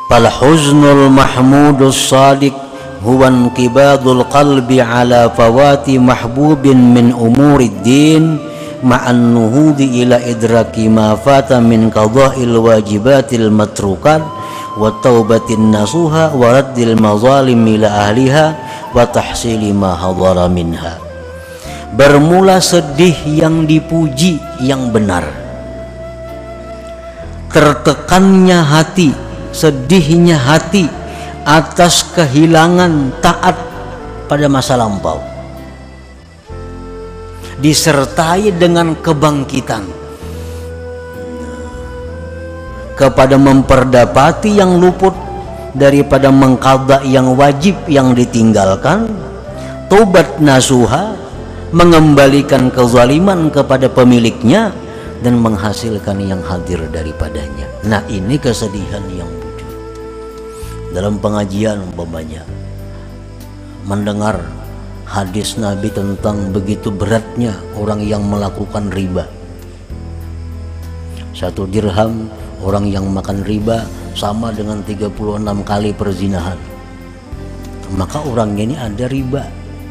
fal huznul mahmudus sadiq huwa inqibadul qalbi ala fawati mahbubin min umurid din ma'an nuhudi ila idraki ma fata min qada'il wajibatil matrukat wa taubatin nasuha wa raddil mazalim ila ahliha wa tahsili ma hadara minha. Bermula sedih yang dipuji yang benar, tertekannya hati, sedihnya hati atas kehilangan taat pada masa lampau, disertai dengan kebangkitan kepada memperdapati yang luput daripada mengqadha yang wajib yang ditinggalkan, tobat nasuha, mengembalikan kezaliman kepada pemiliknya dan menghasilkan yang hadir daripadanya. Nah, ini kesedihan yang bujur. Dalam pengajian umpamanya mendengar hadis Nabi tentang begitu beratnya orang yang melakukan riba. 1 dirham orang yang makan riba sama dengan 36 kali perzinahan. Maka orangnya ini ada riba,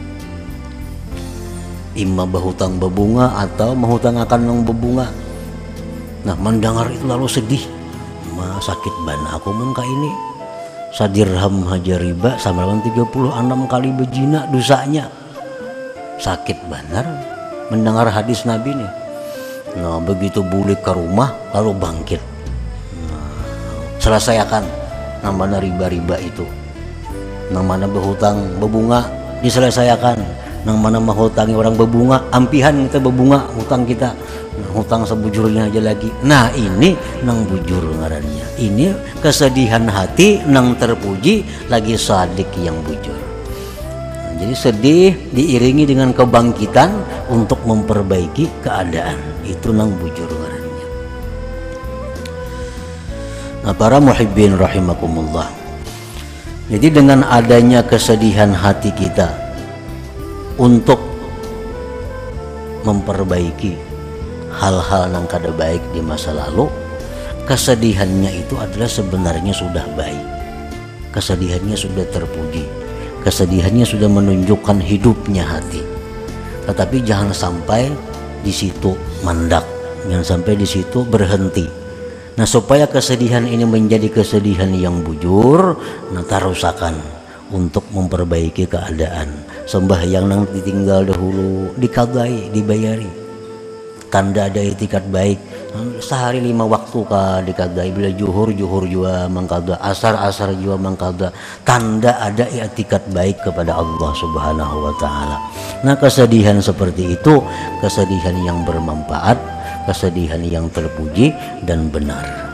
imma berhutang berbunga atau menghutang akan yang berbunga. Nah, mendengar itu lalu sedih, sakit bana aku mun ka ini, sadirham haja riba sama dengan 36 kali berzina dosanya. Sakit benar mendengar hadis Nabi nih. Nah, begitu bulik ke rumah lalu bangkit, selesaikan namanya riba-riba itu, namanya berhutang berbunga diselesaikan, nang mana menghutangi orang berbunga ampihan kita berbunga hutang kita, hutang sebujurnya aja lagi. Nah, ini nang bujur ngarannya, ini kesedihan hati nang terpuji lagi sadik yang bujur. Nah, jadi sedih diiringi dengan kebangkitan untuk memperbaiki keadaan, itu nang bujur ngarannya. Nah, para muhibbin rahimakumullah, jadi dengan adanya kesedihan hati kita untuk memperbaiki hal-hal yang kada baik di masa lalu, kesedihannya itu adalah sebenarnya sudah baik, kesedihannya sudah terpuji, kesedihannya sudah menunjukkan hidupnya hati. Tetapi jangan sampai di situ mandak, jangan sampai di situ berhenti. Nah, supaya kesedihan ini menjadi kesedihan yang bujur, nah tarusakan untuk memperbaiki keadaan. Sembahyang nang ditinggal dahulu dikadai, dibayari. Tanda ada itikat baik, sehari 5 waktu ka dikadai, bila juhur juga mengkada, asar juga mengkada. Tanda ada itikat baik kepada Allah Subhanahu wa taala. Nah, kesedihan seperti itu kesedihan yang bermanfaat, kesedihan yang terpuji dan benar.